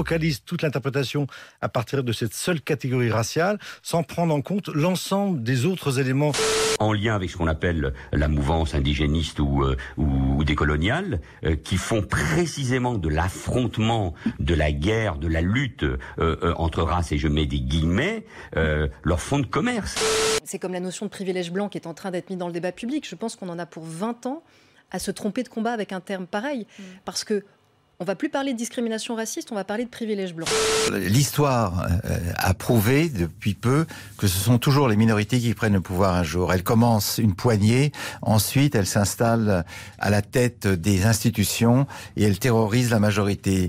focalise toute l'interprétation à partir de cette seule catégorie raciale, sans prendre en compte l'ensemble des autres éléments. En lien avec ce qu'on appelle la mouvance indigéniste ou décoloniale, qui font précisément de l'affrontement, de la guerre, de la lutte entre races, et je mets des guillemets, leur fonds de commerce. C'est comme la notion de privilège blanc qui est en train d'être mise dans le débat public. Je pense qu'on en a pour 20 ans à se tromper de combat avec un terme pareil. Parce que on ne va plus parler de discrimination raciste, on va parler de privilège blanc. L'histoire a prouvé depuis peu que ce sont toujours les minorités qui prennent le pouvoir un jour. Elles commencent une poignée, ensuite elles s'installent à la tête des institutions et elles terrorisent la majorité.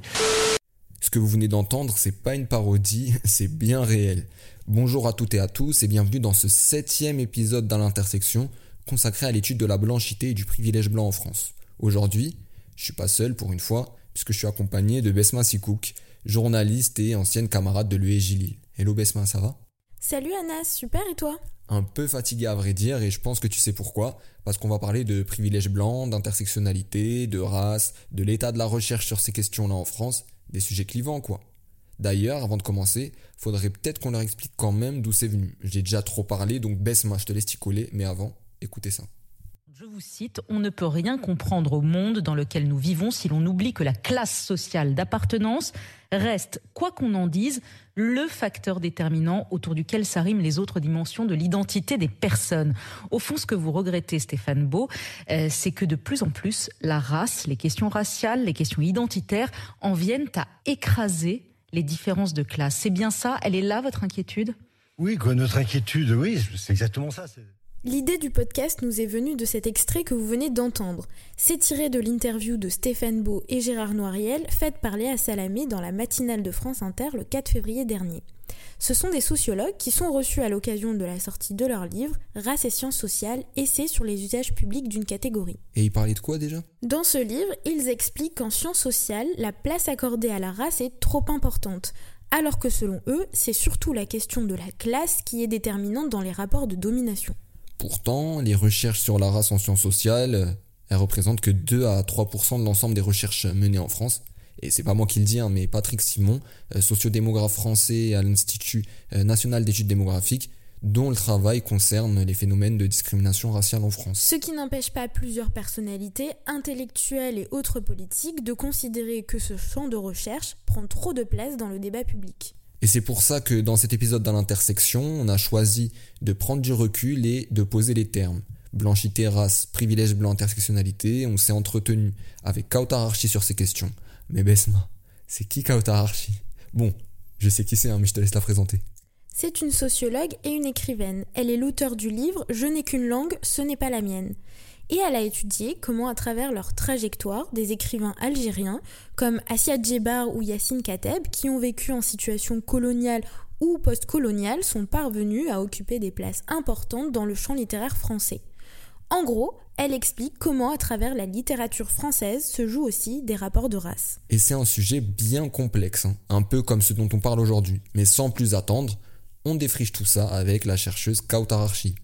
Ce que vous venez d'entendre, c'est pas une parodie, c'est bien réel. Bonjour à toutes et à tous et bienvenue dans ce 7e épisode d'À l'intersection consacré à l'étude de la blanchité et du privilège blanc en France. Aujourd'hui, je suis pas seul pour une fois, puisque je suis accompagné de Besma Sikouk, journaliste et ancienne camarade de l'UEJ. Hello Besma, ça va ? Salut Anas, super et toi ? Un peu fatigué à vrai dire et je pense que tu sais pourquoi, parce qu'on va parler de privilège blanc, d'intersectionnalité, de race, de l'état de la recherche sur ces questions-là en France, des sujets clivants quoi. D'ailleurs, avant de commencer, faudrait peut-être qu'on leur explique quand même d'où c'est venu. J'ai déjà trop parlé, donc Besma, je te laisse t'y coller, mais avant, écoutez ça. Je vous cite, « On ne peut rien comprendre au monde dans lequel nous vivons si l'on oublie que la classe sociale d'appartenance reste, quoi qu'on en dise, le facteur déterminant autour duquel s'arriment les autres dimensions de l'identité des personnes. » Au fond, ce que vous regrettez, Stéphane Beau, c'est que de plus en plus, la race, les questions raciales, les questions identitaires en viennent à écraser les différences de classe. C'est bien ça ? Elle est là, votre inquiétude ? Oui, quoi, notre inquiétude, oui, c'est exactement ça. L'idée du podcast nous est venue de cet extrait que vous venez d'entendre. C'est tiré de l'interview de Stéphane Beau et Gérard Noiriel faite par Léa Salamé dans la matinale de France Inter le 4 février dernier. Ce sont des sociologues qui sont reçus à l'occasion de la sortie de leur livre « Race et sciences sociales, essai sur les usages publics d'une catégorie ». Et ils parlaient de quoi déjà ? Dans ce livre, ils expliquent qu'en sciences sociales, la place accordée à la race est trop importante, alors que selon eux, c'est surtout la question de la classe qui est déterminante dans les rapports de domination. Pourtant, les recherches sur la race en sciences sociales, elles représentent que 2 à 3% de l'ensemble des recherches menées en France. Et c'est pas moi qui le dis, mais Patrick Simon, sociodémographe français à l'Institut national d'études démographiques, dont le travail concerne les phénomènes de discrimination raciale en France. Ce qui n'empêche pas plusieurs personnalités, intellectuelles et autres politiques, de considérer que ce champ de recherche prend trop de place dans le débat public. Et c'est pour ça que dans cet épisode d'À l'intersection, on a choisi de prendre du recul et de poser les termes. Blanchité, race, privilège blanc, intersectionnalité, on s'est entretenu avec Kautar Archi sur ces questions. Mais Besma, c'est qui Kautar Archi ? Bon, je sais qui c'est, mais je te laisse la présenter. C'est une sociologue et une écrivaine. Elle est l'auteure du livre « Je n'ai qu'une langue, ce n'est pas la mienne ». Et elle a étudié comment, à travers leur trajectoire, des écrivains algériens comme Assia Djebar ou Yassine Kateb, qui ont vécu en situation coloniale ou post-coloniale, sont parvenus à occuper des places importantes dans le champ littéraire français. En gros, elle explique comment, à travers la littérature française, se jouent aussi des rapports de race. Et c'est un sujet bien complexe, un peu comme ce dont on parle aujourd'hui. Mais sans plus attendre, on défriche tout ça avec la chercheuse Kautar Archi.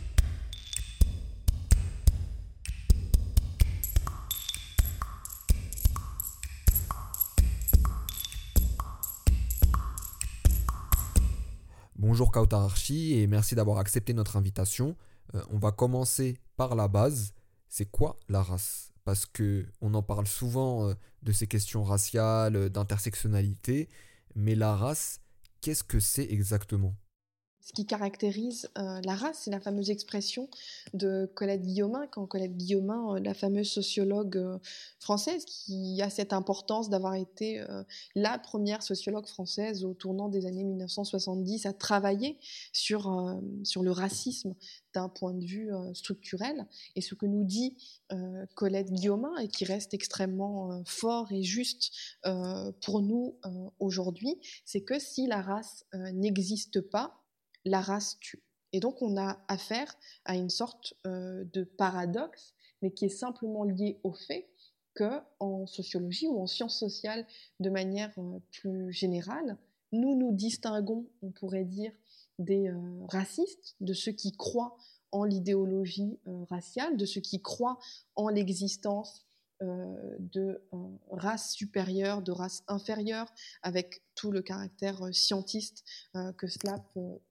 Bonjour Kautar Archi et merci d'avoir accepté notre invitation. On va commencer par la base. C'est quoi la race ? Parce qu'on en parle souvent de ces questions raciales, d'intersectionnalité, mais la race, qu'est-ce que c'est exactement ? Ce qui caractérise la race, c'est la fameuse expression de Colette Guillaumin, la fameuse sociologue française, qui a cette importance d'avoir été la première sociologue française au tournant des années 1970 à travailler sur le racisme d'un point de vue structurel. Et ce que nous dit Colette Guillaumin, et qui reste extrêmement fort et juste pour nous aujourd'hui, c'est que si la race n'existe pas, la race tue. Et donc on a affaire à une sorte de paradoxe, mais qui est simplement lié au fait qu'en sociologie ou en sciences sociales, de manière plus générale, nous nous distinguons, on pourrait dire, des racistes, de ceux qui croient en l'idéologie raciale, de ceux qui croient en l'existence de race supérieure, de race inférieure, avec tout le caractère scientiste que cela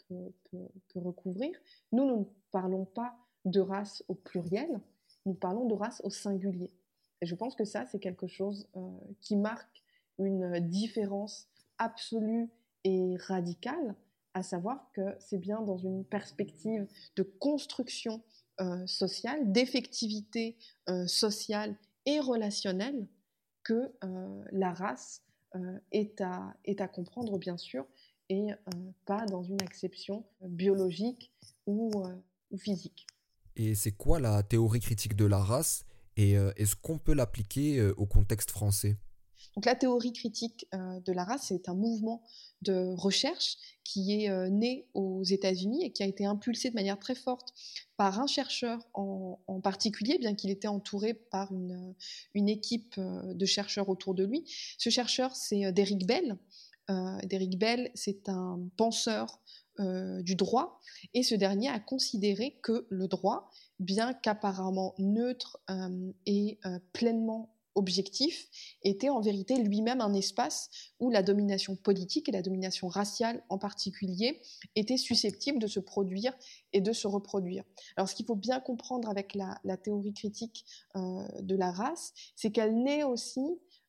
peut recouvrir. Nous ne parlons pas de race au pluriel, nous parlons de race au singulier. Et je pense que ça, c'est quelque chose qui marque une différence absolue et radicale, à savoir que c'est bien dans une perspective de construction sociale, d'effectivité sociale et relationnelle que la race est à comprendre, bien sûr, et pas dans une acception biologique ou physique. Et c'est quoi la théorie critique de la race et est-ce qu'on peut l'appliquer au contexte français? Donc la théorie critique de la race, c'est un mouvement de recherche qui est né aux États-Unis et qui a été impulsé de manière très forte par un chercheur en particulier, bien qu'il était entouré par une équipe de chercheurs autour de lui. Ce chercheur, c'est Derrick Bell. Derrick Bell, c'est un penseur du droit, et ce dernier a considéré que le droit, bien qu'apparemment neutre et pleinement objectif, était en vérité lui-même un espace où la domination politique et la domination raciale en particulier étaient susceptibles de se produire et de se reproduire. Alors ce qu'il faut bien comprendre avec la théorie critique de la race, c'est qu'elle naît aussi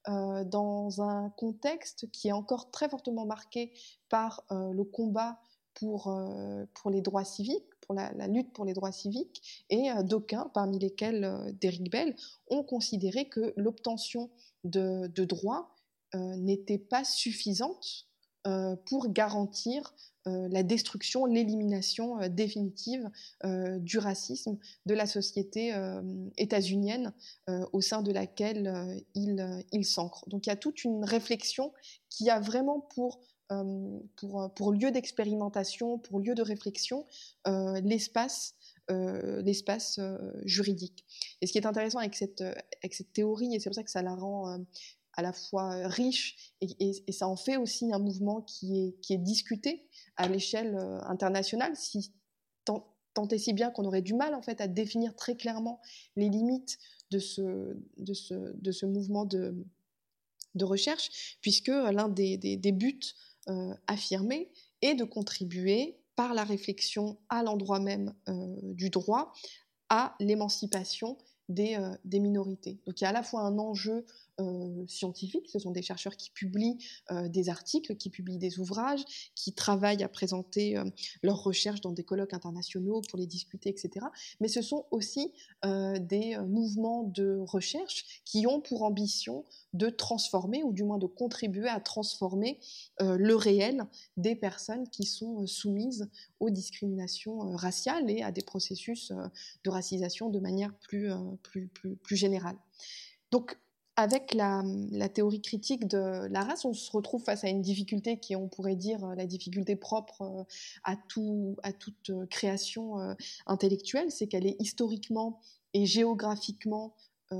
dans un contexte qui est encore très fortement marqué par le combat pour les droits civiques, pour la lutte pour les droits civiques, et d'aucuns, parmi lesquels Derrick Bell, ont considéré que l'obtention de droits n'était pas suffisante pour garantir la destruction, l'élimination définitive du racisme de la société états-unienne au sein de laquelle il s'ancre. Donc il y a toute une réflexion qui a vraiment pour lieu d'expérimentation, pour lieu de réflexion, l'espace juridique. Et ce qui est intéressant avec cette théorie, et c'est pour ça que ça la rend à la fois riche, et ça en fait aussi un mouvement qui est discuté à l'échelle internationale, tant et si bien qu'on aurait du mal en fait à définir très clairement les limites de ce mouvement de recherche, puisque l'un des buts affirmé est de contribuer par la réflexion à l'endroit même du droit à l'émancipation des minorités. Donc il y a à la fois un enjeu scientifique, ce sont des chercheurs qui publient des articles, qui publient des ouvrages, qui travaillent à présenter leurs recherches dans des colloques internationaux pour les discuter, etc. Mais ce sont aussi des mouvements de recherche qui ont pour ambition de transformer, ou du moins de contribuer à transformer le réel des personnes qui sont soumises aux discriminations raciales et à des processus de racisation de manière plus générale. Donc, avec la théorie critique de la race, on se retrouve face à une difficulté qui, on pourrait dire, la difficulté propre à toute création intellectuelle, c'est qu'elle est historiquement et géographiquement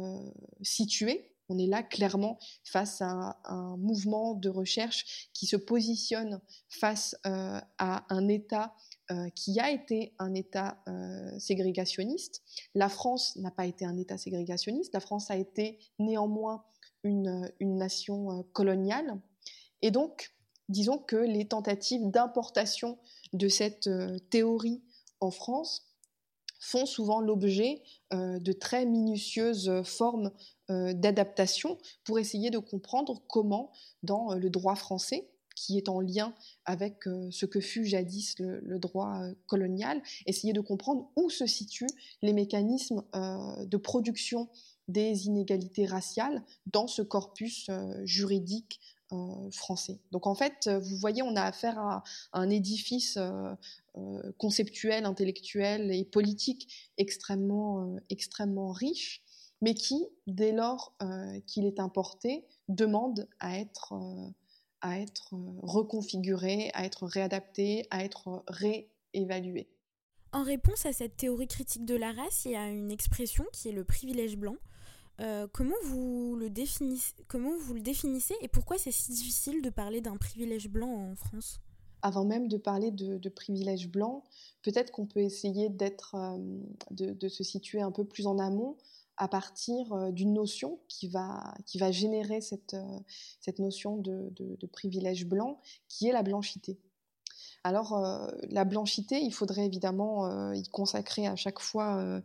située. On est là clairement face à un mouvement de recherche qui se positionne face à un État qui a été un État ségrégationniste. La France n'a pas été un État ségrégationniste. La France a été néanmoins une nation coloniale. Et donc, disons que les tentatives d'importation de cette théorie en France font souvent l'objet de très minutieuses formes d'adaptation pour essayer de comprendre comment, dans le droit français, qui est en lien avec ce que fut jadis le droit colonial, essayer de comprendre où se situent les mécanismes de production des inégalités raciales dans ce corpus juridique français. Donc en fait, vous voyez, on a affaire à un édifice conceptuel, intellectuel et politique extrêmement riche, mais qui, dès lors qu'il est importé, demande à être reconfiguré, à être réadapté, à être réévalué. En réponse à cette théorie critique de la race, il y a une expression qui est le privilège blanc. Comment vous le définissez et pourquoi c'est si difficile de parler d'un privilège blanc en France ? Avant même de parler de privilège blanc, peut-être qu'on peut essayer de se situer un peu plus en amont à partir d'une notion qui va générer cette notion de privilège blanc, qui est la blanchité. Alors, la blanchité, il faudrait évidemment y consacrer à chaque fois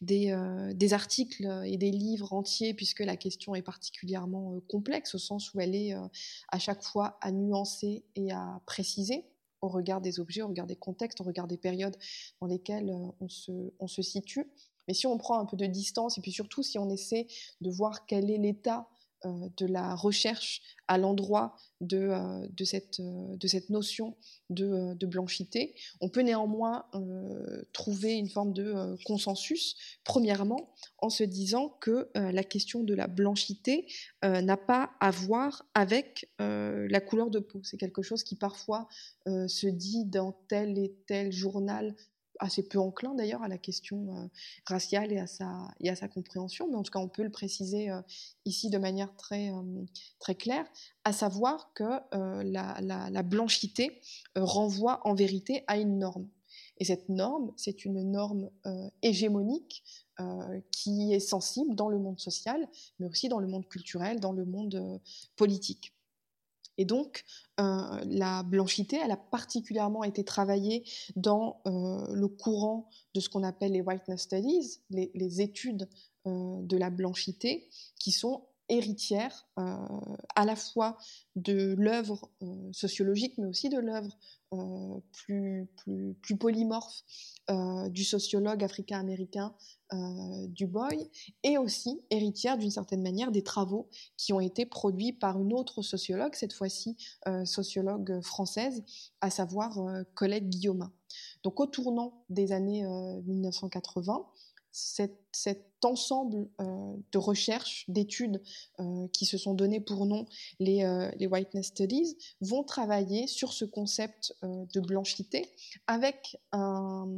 des articles et des livres entiers, puisque la question est particulièrement complexe, au sens où elle est à chaque fois à nuancer et à préciser au regard des objets, au regard des contextes, au regard des périodes dans lesquelles on se situe. Mais si on prend un peu de distance, et puis surtout si on essaie de voir quel est l'état de la recherche à l'endroit de cette notion de blanchité, on peut néanmoins trouver une forme de consensus, premièrement en se disant que la question de la blanchité n'a pas à voir avec la couleur de peau. C'est quelque chose qui parfois se dit dans tel et tel journal, assez peu enclin d'ailleurs à la question raciale et à sa compréhension, mais en tout cas on peut le préciser ici de manière très, très claire, à savoir que la blanchité renvoie en vérité à une norme. Et cette norme, c'est une norme hégémonique qui est sensible dans le monde social, mais aussi dans le monde culturel, dans le monde politique. Et donc, la blanchité, elle a particulièrement été travaillée dans le courant de ce qu'on appelle les Whiteness Studies, les études de la blanchité, qui sont héritières à la fois de l'œuvre sociologique, mais aussi de l'œuvre plus polymorphe du sociologue africain-américain Du Bois, et aussi héritière d'une certaine manière des travaux qui ont été produits par une autre sociologue, cette fois-ci sociologue française, à savoir Colette Guillaumin. Donc au tournant des années 1980, cet ensemble de recherches, d'études qui se sont données pour nom les Whiteness Studies vont travailler sur ce concept de blanchité avec un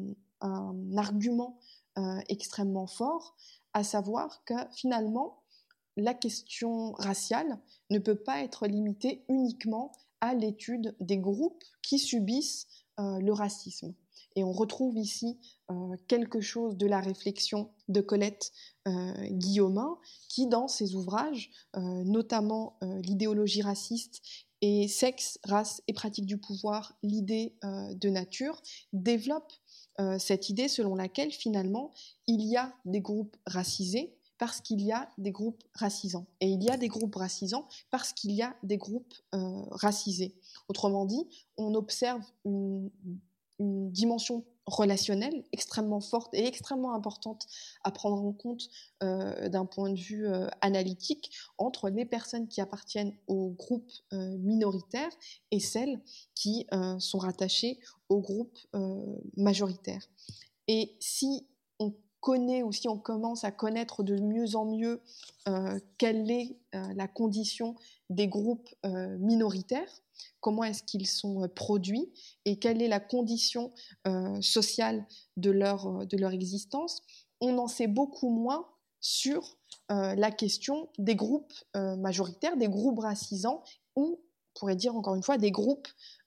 argument extrêmement fort, à savoir que finalement, la question raciale ne peut pas être limitée uniquement à l'étude des groupes qui subissent le racisme. Et on retrouve ici quelque chose de la réflexion de Colette Guillaumin, qui dans ses ouvrages, notamment l'idéologie raciste et sexe, race et pratique du pouvoir, l'idée de nature, développe cette idée selon laquelle finalement il y a des groupes racisés parce qu'il y a des groupes racisants. Et il y a des groupes racisants parce qu'il y a des groupes racisés. Autrement dit, on observe une dimension relationnelle extrêmement forte et extrêmement importante à prendre en compte d'un point de vue analytique entre les personnes qui appartiennent aux groupes minoritaires et celles qui sont rattachées aux groupes majoritaires. Et si on connaît ou si on commence à connaître de mieux en mieux quelle est la condition des groupes minoritaires, comment est-ce qu'ils sont produits et quelle est la condition sociale de leur existence, on en sait beaucoup moins sur la question des groupes majoritaires, des groupes racisants ou, on pourrait dire encore une fois, des groupes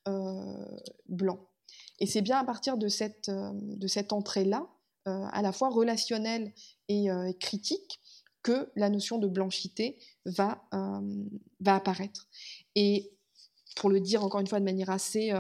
blancs. Et c'est bien à partir de cette entrée-là, à la fois relationnelle et critique, que la notion de blanchité va apparaître. Et pour le dire encore une fois de manière assez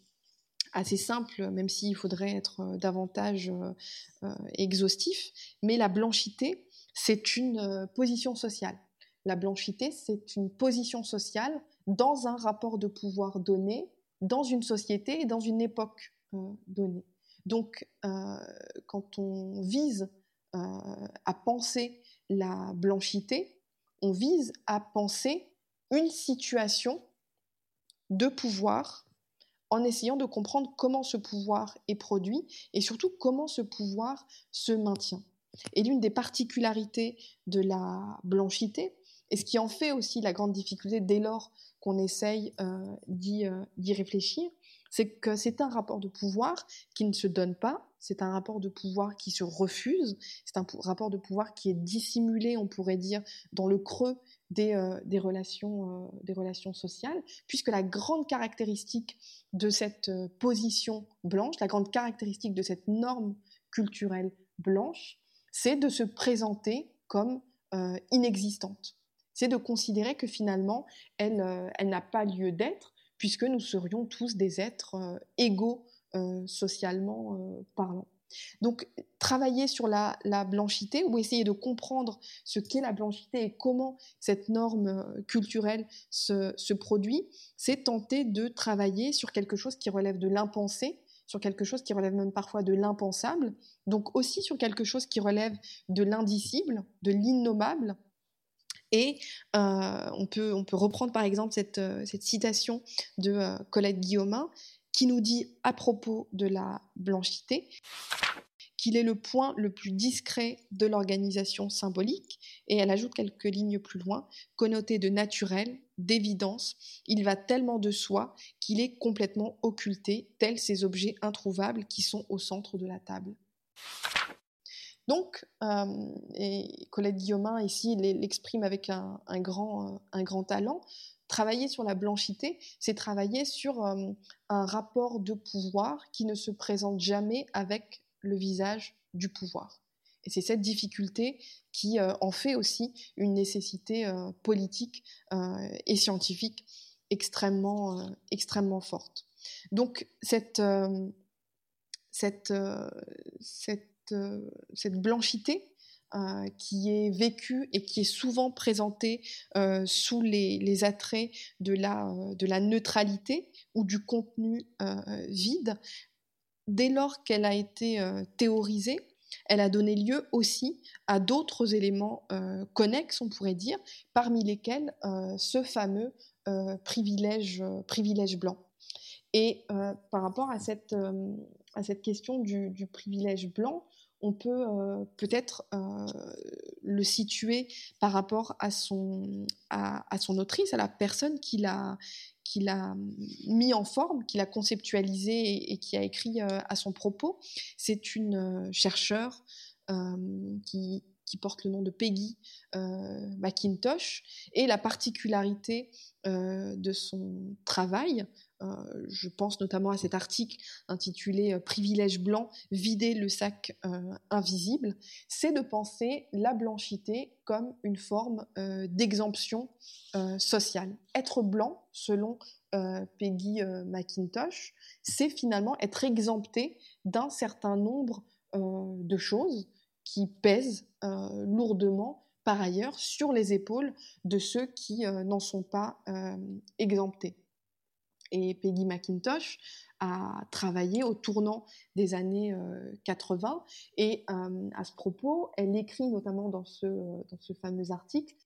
simple, même s'il faudrait être davantage exhaustif, mais la blanchité, c'est une position sociale. La blanchité, c'est une position sociale dans un rapport de pouvoir donné, dans une société et dans une époque donnée. Donc, quand on vise à penser la blanchité, on vise à penser une situation de pouvoir en essayant de comprendre comment ce pouvoir est produit et surtout comment ce pouvoir se maintient. Et l'une des particularités de la blanchité, et ce qui en fait aussi la grande difficulté dès lors qu'on essaye d'y réfléchir, c'est que c'est un rapport de pouvoir qui ne se donne pas, c'est un rapport de pouvoir qui se refuse, c'est un rapport de pouvoir qui est dissimulé, on pourrait dire, dans le creux des relations sociales, puisque la grande caractéristique de cette position blanche, la grande caractéristique de cette norme culturelle blanche, c'est de se présenter comme inexistante. C'est de considérer que finalement, elle n'a pas lieu d'être, puisque nous serions tous des êtres égaux socialement parlant. Donc, travailler sur la blanchité ou essayer de comprendre ce qu'est la blanchité et comment cette norme culturelle se produit, c'est tenter de travailler sur quelque chose qui relève de l'impensé, sur quelque chose qui relève même parfois de l'impensable, donc aussi sur quelque chose qui relève de l'indicible, de l'innommable. Et on peut reprendre par exemple cette citation de Colette Guillaumin qui nous dit à propos de la blanchité qu'il est le point le plus discret de l'organisation symbolique, et elle ajoute quelques lignes plus loin, connoté de naturel, d'évidence, il va tellement de soi qu'il est complètement occulté, tels ces objets introuvables qui sont au centre de la table. Donc, et Colette Guillaumin ici l'exprime avec un grand talent, travailler sur la blanchité, c'est travailler sur un rapport de pouvoir qui ne se présente jamais avec le visage du pouvoir. Et c'est cette difficulté qui en fait aussi une nécessité politique et scientifique extrêmement forte. Donc cette blanchité qui est vécue et qui est souvent présentée sous les attraits de la neutralité ou du contenu vide, dès lors qu'elle a été théorisée, elle a donné lieu aussi à d'autres éléments connexes, on pourrait dire, parmi lesquels ce fameux privilège blanc. Et par rapport à cette question du privilège blanc, on peut peut-être le situer par rapport à son autrice, à la personne qui l'a mis en forme, qui l'a conceptualisé et qui a écrit à son propos. C'est une chercheure qui porte le nom de Peggy McIntosh, et la particularité de son travail, je pense notamment à cet article intitulé « Privilège blanc, vider le sac invisible », c'est de penser la blanchité comme une forme d'exemption sociale. Être blanc, selon Peggy McIntosh, c'est finalement être exempté d'un certain nombre de choses qui pèsent lourdement par ailleurs sur les épaules de ceux qui n'en sont pas exemptés. Et Peggy McIntosh a travaillé au tournant des années 80 et à ce propos, elle écrit notamment dans ce fameux article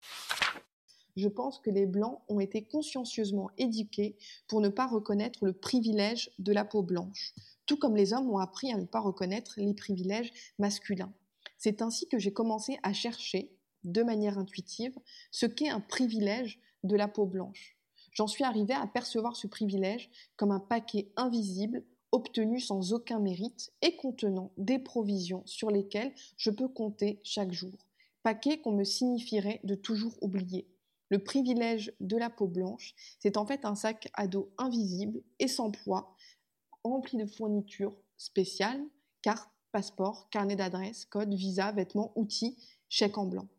« Je pense que les Blancs ont été consciencieusement éduqués pour ne pas reconnaître le privilège de la peau blanche, tout comme les hommes ont appris à ne pas reconnaître les privilèges masculins. C'est ainsi que j'ai commencé à chercher, de manière intuitive, ce qu'est un privilège de la peau blanche. J'en suis arrivée à percevoir ce privilège comme un paquet invisible, obtenu sans aucun mérite et contenant des provisions sur lesquelles je peux compter chaque jour. Paquet qu'on me signifierait de toujours oublier. Le privilège de la peau blanche, c'est en fait un sac à dos invisible et sans poids, rempli de fournitures spéciales, cartes, passeports, carnet d'adresse, code, visa, vêtements, outils, chèques en blanc. »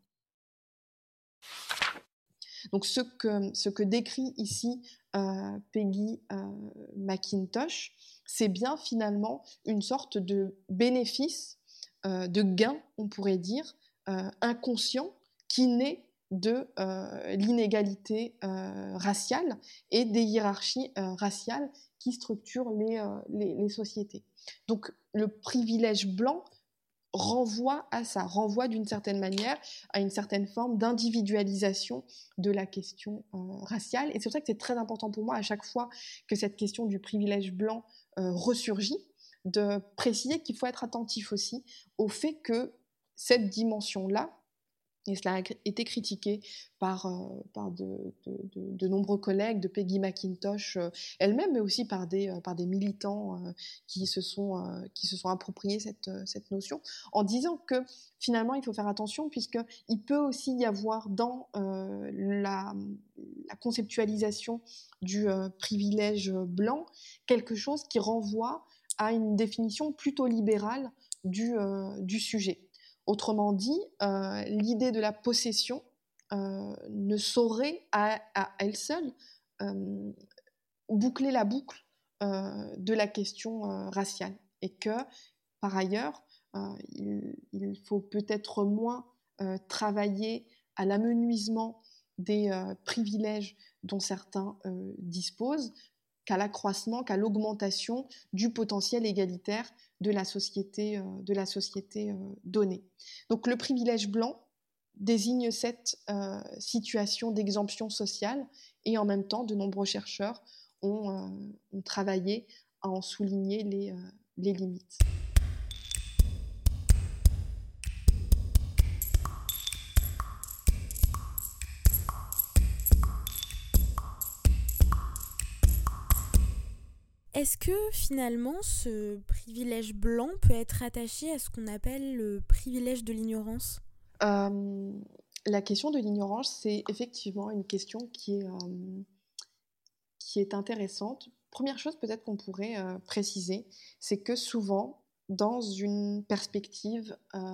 Donc ce que décrit ici Peggy McIntosh, c'est bien finalement une sorte de bénéfice, de gain, on pourrait dire, inconscient, qui naît de l'inégalité raciale et des hiérarchies raciales qui structurent les sociétés. Donc le privilège blanc renvoie à ça, renvoie d'une certaine manière à une certaine forme d'individualisation de la question raciale. Et c'est pour ça que c'est très important pour moi, à chaque fois que cette question du privilège blanc ressurgit, de préciser qu'il faut être attentif aussi au fait que cette dimension-là, et cela a été critiqué par de nombreux collègues, de Peggy McIntosh elle-même, mais aussi par des militants qui se sont appropriés cette notion, en disant que finalement il faut faire attention, puisqu'il peut aussi y avoir dans la conceptualisation du privilège blanc quelque chose qui renvoie à une définition plutôt libérale du sujet. Autrement dit, l'idée de la possession ne saurait à elle seule boucler la boucle de la question raciale. Et que, par ailleurs, il faut peut-être moins travailler à l'amenuisement des privilèges dont certains disposent qu'à l'accroissement, qu'à l'augmentation du potentiel égalitaire de la société donnée. Donc le privilège blanc désigne cette situation d'exemption sociale et en même temps, de nombreux chercheurs ont travaillé à en souligner les limites. Est-ce que finalement ce privilège blanc peut être attaché à ce qu'on appelle le privilège de l'ignorance ? La question de l'ignorance, c'est effectivement une question qui est intéressante. Première chose peut-être qu'on pourrait préciser, c'est que souvent, dans une perspective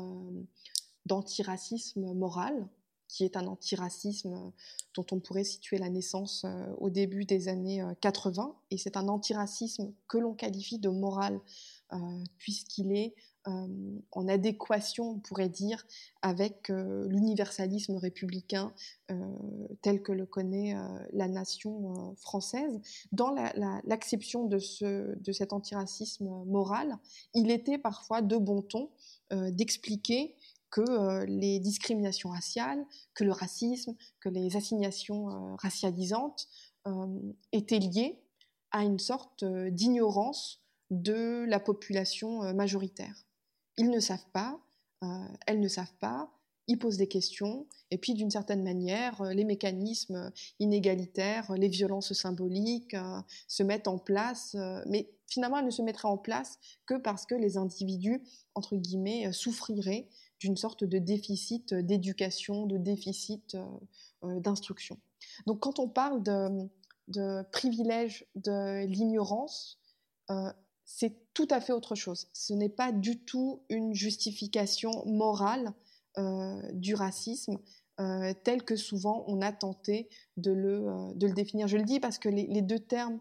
d'antiracisme moral, qui est un antiracisme dont on pourrait situer la naissance au début des années 80, et c'est un antiracisme que l'on qualifie de moral, puisqu'il est en adéquation, on pourrait dire, avec l'universalisme républicain tel que le connaît la nation française. Dans l'acception de cet antiracisme moral, il était parfois de bon ton d'expliquer que les discriminations raciales, que le racisme, que les assignations racialisantes étaient liées à une sorte d'ignorance de la population majoritaire. Ils ne savent pas, elles ne savent pas, ils posent des questions, et puis d'une certaine manière, les mécanismes inégalitaires, les violences symboliques se mettent en place, mais finalement elles ne se mettraient en place que parce que les individus, entre guillemets, souffriraient d'une sorte de déficit d'éducation, de déficit d'instruction. Donc quand on parle de privilège de l'ignorance, c'est tout à fait autre chose. Ce n'est pas du tout une justification morale du racisme tel que souvent on a tenté de le définir. Je le dis parce que les deux termes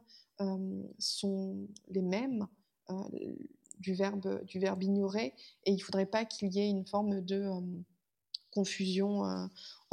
sont les mêmes, du verbe ignorer, et il ne faudrait pas qu'il y ait une forme de confusion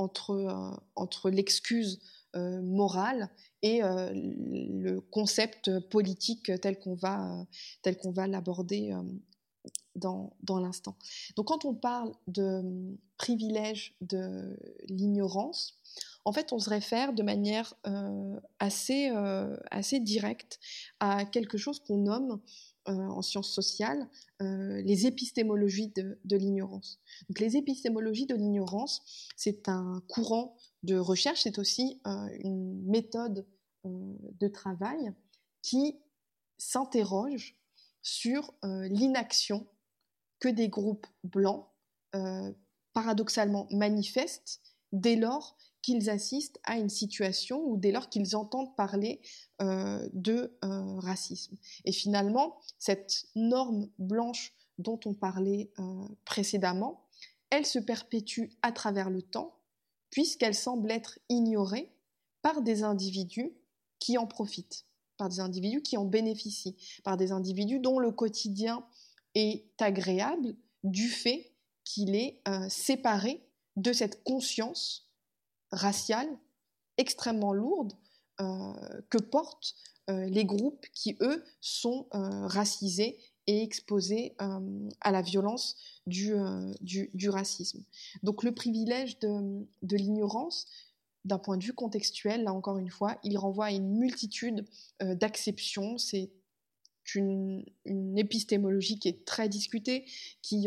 entre l'excuse morale et le concept politique tel qu'on va l'aborder dans l'instant. Donc quand on parle de privilège de l'ignorance, en fait on se réfère de manière assez directe à quelque chose qu'on nomme en sciences sociales les épistémologies de l'ignorance. Donc les épistémologies de l'ignorance, c'est un courant de recherche, c'est aussi une méthode de travail qui s'interroge sur l'inaction que des groupes blancs paradoxalement manifestent dès lors qu'ils assistent à une situation ou dès lors qu'ils entendent parler de racisme. Et finalement, cette norme blanche dont on parlait précédemment, elle se perpétue à travers le temps, puisqu'elle semble être ignorée par des individus qui en profitent, par des individus qui en bénéficient, par des individus dont le quotidien est agréable du fait qu'il est séparé de cette conscience raciale extrêmement lourde que portent les groupes qui, eux, sont racisés et exposés à la violence du racisme. Donc le privilège de l'ignorance, d'un point de vue contextuel, là encore une fois, il renvoie à une multitude d'acceptions. C'est une épistémologie qui est très discutée, qui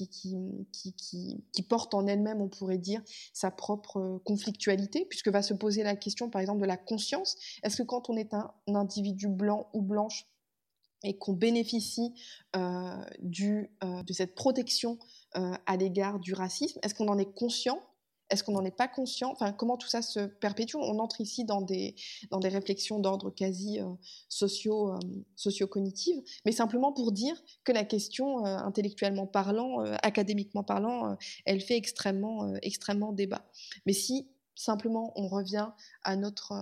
porte en elle-même, on pourrait dire, sa propre conflictualité, puisque va se poser la question, par exemple, de la conscience. Est-ce que quand on est un individu blanc ou blanche et qu'on bénéficie de cette protection à l'égard du racisme, est-ce qu'on en est conscient ? Est-ce qu'on n'en est pas conscient? Enfin, comment tout ça se perpétue? On entre ici dans des réflexions d'ordre quasi socio-cognitive, mais simplement pour dire que la question, intellectuellement parlant, académiquement parlant, elle fait extrêmement débat. Mais si simplement on revient à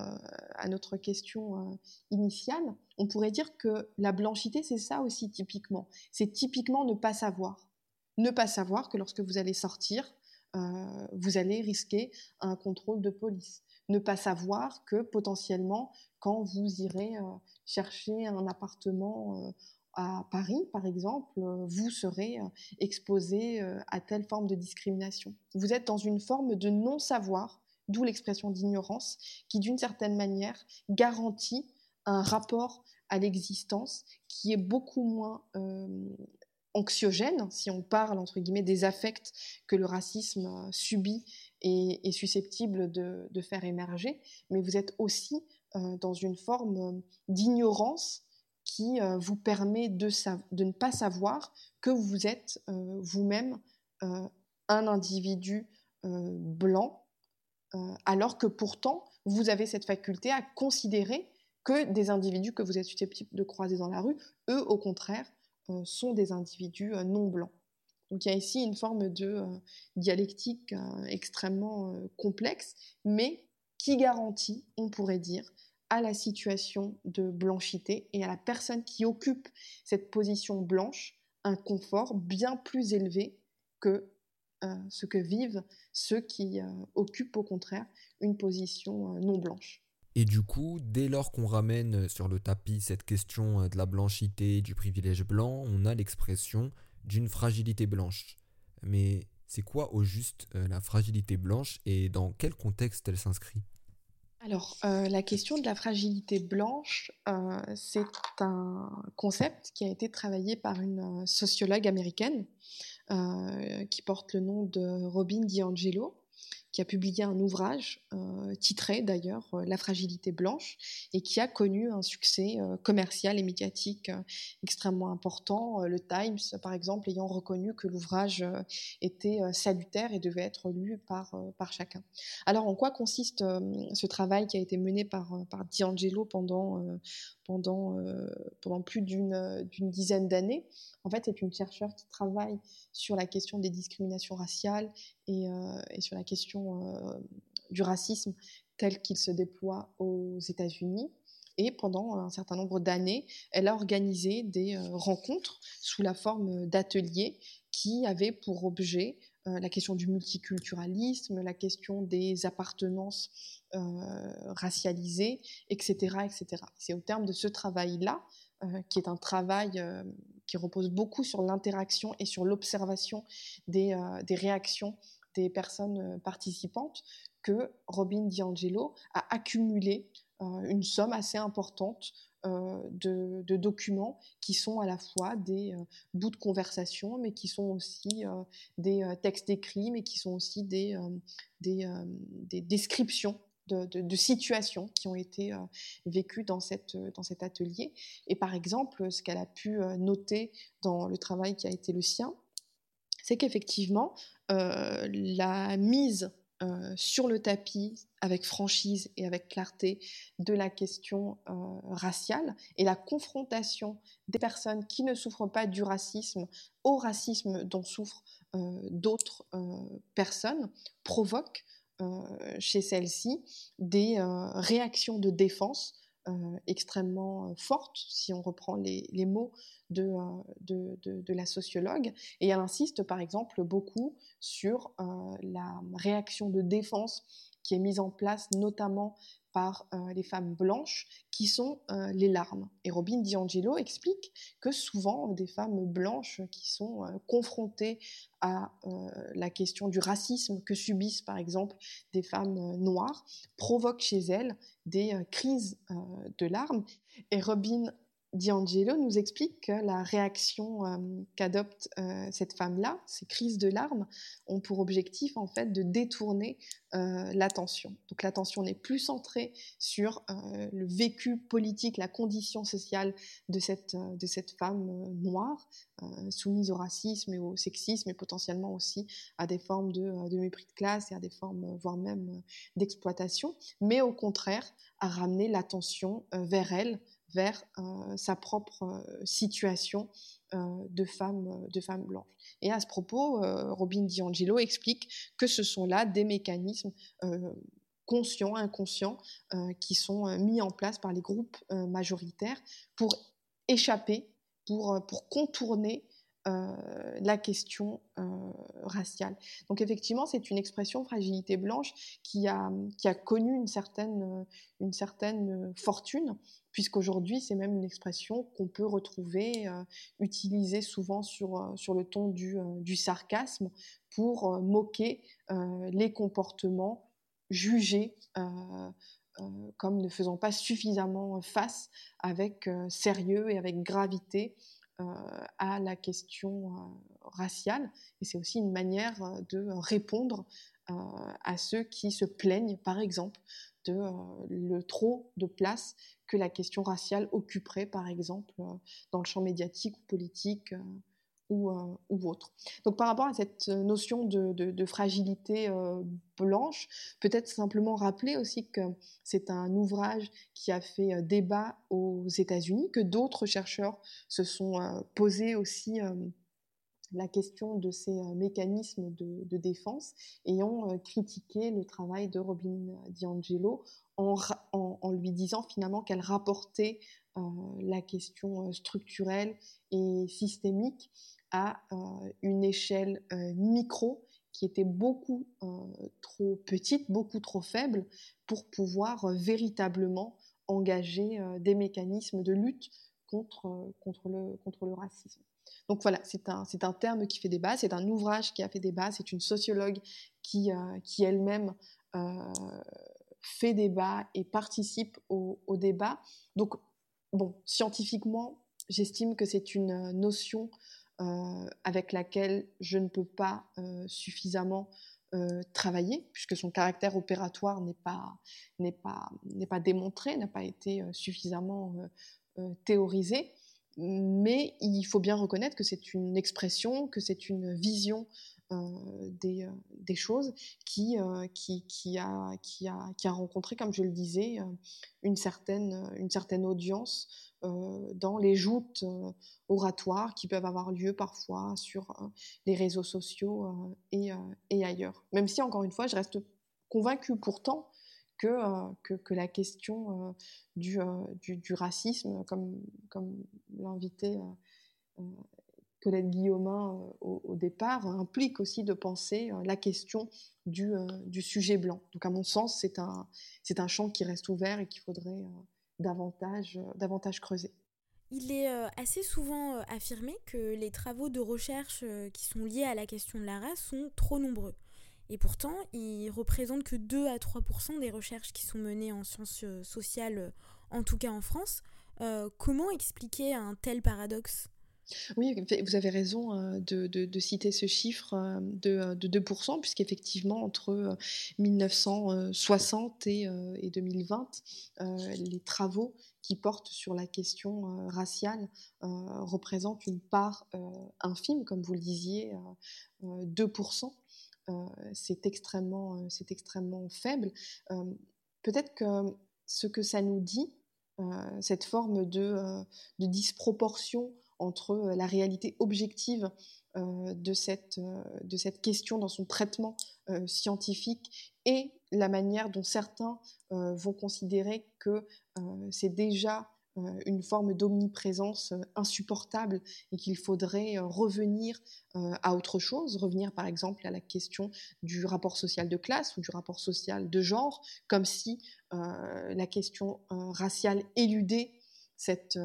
notre question initiale, on pourrait dire que la blanchité, c'est ça aussi typiquement. C'est typiquement ne pas savoir. Ne pas savoir que lorsque vous allez sortir, vous allez risquer un contrôle de police. Ne pas savoir que potentiellement, quand vous irez chercher un appartement à Paris, par exemple, vous serez exposé à telle forme de discrimination. Vous êtes dans une forme de non-savoir, d'où l'expression d'ignorance, qui d'une certaine manière garantit un rapport à l'existence qui est beaucoup moins anxiogène, si on parle entre guillemets des affects que le racisme subit et est susceptible de faire émerger, mais vous êtes aussi dans une forme d'ignorance qui vous permet de ne pas savoir que vous êtes vous-même un individu blanc, alors que pourtant vous avez cette faculté à considérer que des individus que vous êtes susceptibles de croiser dans la rue, eux au contraire, sont des individus non blancs. Donc il y a ici une forme de dialectique extrêmement complexe, mais qui garantit, on pourrait dire, à la situation de blanchité et à la personne qui occupe cette position blanche un confort bien plus élevé que ce que vivent ceux qui occupent au contraire une position non blanche. Et du coup, dès lors qu'on ramène sur le tapis cette question de la blanchité, du privilège blanc, on a l'expression d'une fragilité blanche. Mais c'est quoi au juste la fragilité blanche et dans quel contexte elle s'inscrit ? Alors, la question de la fragilité blanche, c'est un concept qui a été travaillé par une sociologue américaine qui porte le nom de Robin DiAngelo, qui a publié un ouvrage titré d'ailleurs « La fragilité blanche » et qui a connu un succès commercial et médiatique extrêmement important. Le Times, par exemple, ayant reconnu que l'ouvrage était salutaire et devait être lu par chacun. Alors, en quoi consiste ce travail qui a été mené par DiAngelo pendant plus d'une dizaine d'années? En fait, c'est une chercheure qui travaille sur la question des discriminations raciales et sur la question du racisme tel qu'il se déploie aux États-Unis. Et pendant un certain nombre d'années, elle a organisé des rencontres sous la forme d'ateliers qui avaient pour objet la question du multiculturalisme, la question des appartenances racialisées, etc., etc. C'est au terme de ce travail-là, qui est un travail qui repose beaucoup sur l'interaction et sur l'observation des réactions des personnes participantes, que Robin DiAngelo a accumulé une somme assez importante de documents qui sont à la fois des bouts de conversation, mais qui sont aussi des textes écrits, mais qui sont aussi des descriptions de situations qui ont été vécues dans cet atelier. Et par exemple, ce qu'elle a pu noter dans le travail qui a été le sien, c'est qu'effectivement, la mise sur le tapis avec franchise et avec clarté de la question raciale et la confrontation des personnes qui ne souffrent pas du racisme au racisme dont souffrent d'autres personnes provoque chez celles-ci des réactions de défense extrêmement fortes, si on reprend les mots de la sociologue. Et elle insiste par exemple beaucoup sur la réaction de défense qui est mise en place notamment par les femmes blanches, qui sont les larmes. Et Robin DiAngelo explique que souvent des femmes blanches qui sont confrontées à la question du racisme que subissent par exemple des femmes noires provoquent chez elles des crises de larmes. Et Robin D'Angelo nous explique que la réaction qu'adopte cette femme-là, ces crises de larmes, ont pour objectif en fait de détourner l'attention. Donc l'attention n'est plus centrée sur le vécu politique, la condition sociale de cette femme noire, soumise au racisme et au sexisme et potentiellement aussi à des formes de mépris de classe et à des formes voire même d'exploitation, mais au contraire à ramener l'attention vers elle, vers sa propre situation de femme blanche. Et à ce propos, Robin DiAngelo explique que ce sont là des mécanismes conscients, inconscients, qui sont mis en place par les groupes majoritaires pour échapper, pour contourner la question raciale. Donc effectivement, c'est une expression fragilité blanche qui a connu une certaine fortune, puisqu'aujourd'hui, c'est même une expression qu'on peut retrouver utilisée souvent sur le ton du sarcasme pour moquer les comportements jugés comme ne faisant pas suffisamment face avec sérieux et avec gravité à la question raciale. Et c'est aussi une manière de répondre à ceux qui se plaignent, par exemple, de le trop de place que la question raciale occuperait, par exemple, dans le champ médiatique ou politique ou autre. Donc par rapport à cette notion de fragilité blanche, peut-être simplement rappeler aussi que c'est un ouvrage qui a fait débat aux États-Unis, que d'autres chercheurs se sont posés aussi la question de ces mécanismes de défense et ont critiqué le travail de Robin DiAngelo en lui disant finalement qu'elle rapportait la question structurelle et systémique à une échelle micro qui était beaucoup trop petite, beaucoup trop faible pour pouvoir véritablement engager des mécanismes de lutte contre le racisme. Donc voilà, c'est un terme qui fait débat, c'est un ouvrage qui a fait débat, c'est une sociologue qui elle-même fait débat et participe au débat. Donc bon, scientifiquement, j'estime que c'est une notion avec laquelle je ne peux pas suffisamment travailler, puisque son caractère opératoire n'est pas démontré, n'a pas été suffisamment théorisé. Mais il faut bien reconnaître que c'est une expression, que c'est une vision des choses qui a rencontré, comme je le disais, une certaine audience dans les joutes oratoires qui peuvent avoir lieu parfois sur les réseaux sociaux et ailleurs. Même si, encore une fois, je reste convaincue pourtant que la question du racisme, comme l'invitait Colette Guillaumin au départ, implique aussi de penser la question du sujet blanc. Donc à mon sens, c'est un champ qui reste ouvert et qu'il faudrait davantage creuser. Il est assez souvent affirmé que les travaux de recherche qui sont liés à la question de la race sont trop nombreux. Et pourtant, ils représentent que 2 à 3% des recherches qui sont menées en sciences sociales, en tout cas en France. Comment expliquer un tel paradoxe ? Oui, vous avez raison de citer ce chiffre de 2%, puisqu'effectivement, entre 1960 et 2020, les travaux qui portent sur la question raciale représentent une part infime, comme vous le disiez, 2%. C'est extrêmement faible. Peut-être que ce que ça nous dit, cette forme de disproportion entre la réalité objective de cette question dans son traitement scientifique et la manière dont certains vont considérer que c'est déjà une forme d'omniprésence insupportable et qu'il faudrait revenir à autre chose, revenir par exemple à la question du rapport social de classe ou du rapport social de genre, comme si la question raciale éludait cette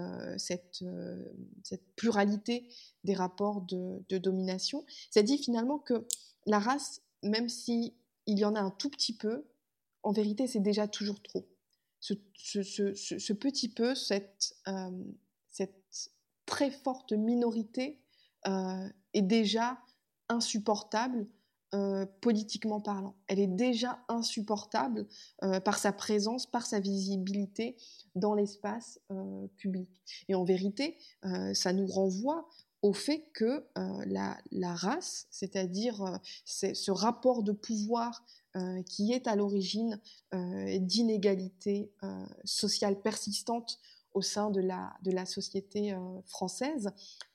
pluralité des rapports de domination. Ça dit finalement que la race, même s'il y en a un tout petit peu, en vérité c'est déjà toujours trop. Ce petit peu, cette cette très forte minorité est déjà insupportable politiquement parlant. Elle est déjà insupportable par sa présence, par sa visibilité dans l'espace public. Et en vérité, ça nous renvoie au fait que la race, c'est-à-dire ce rapport de pouvoir qui est à l'origine d'inégalités sociales persistantes au sein de la société française,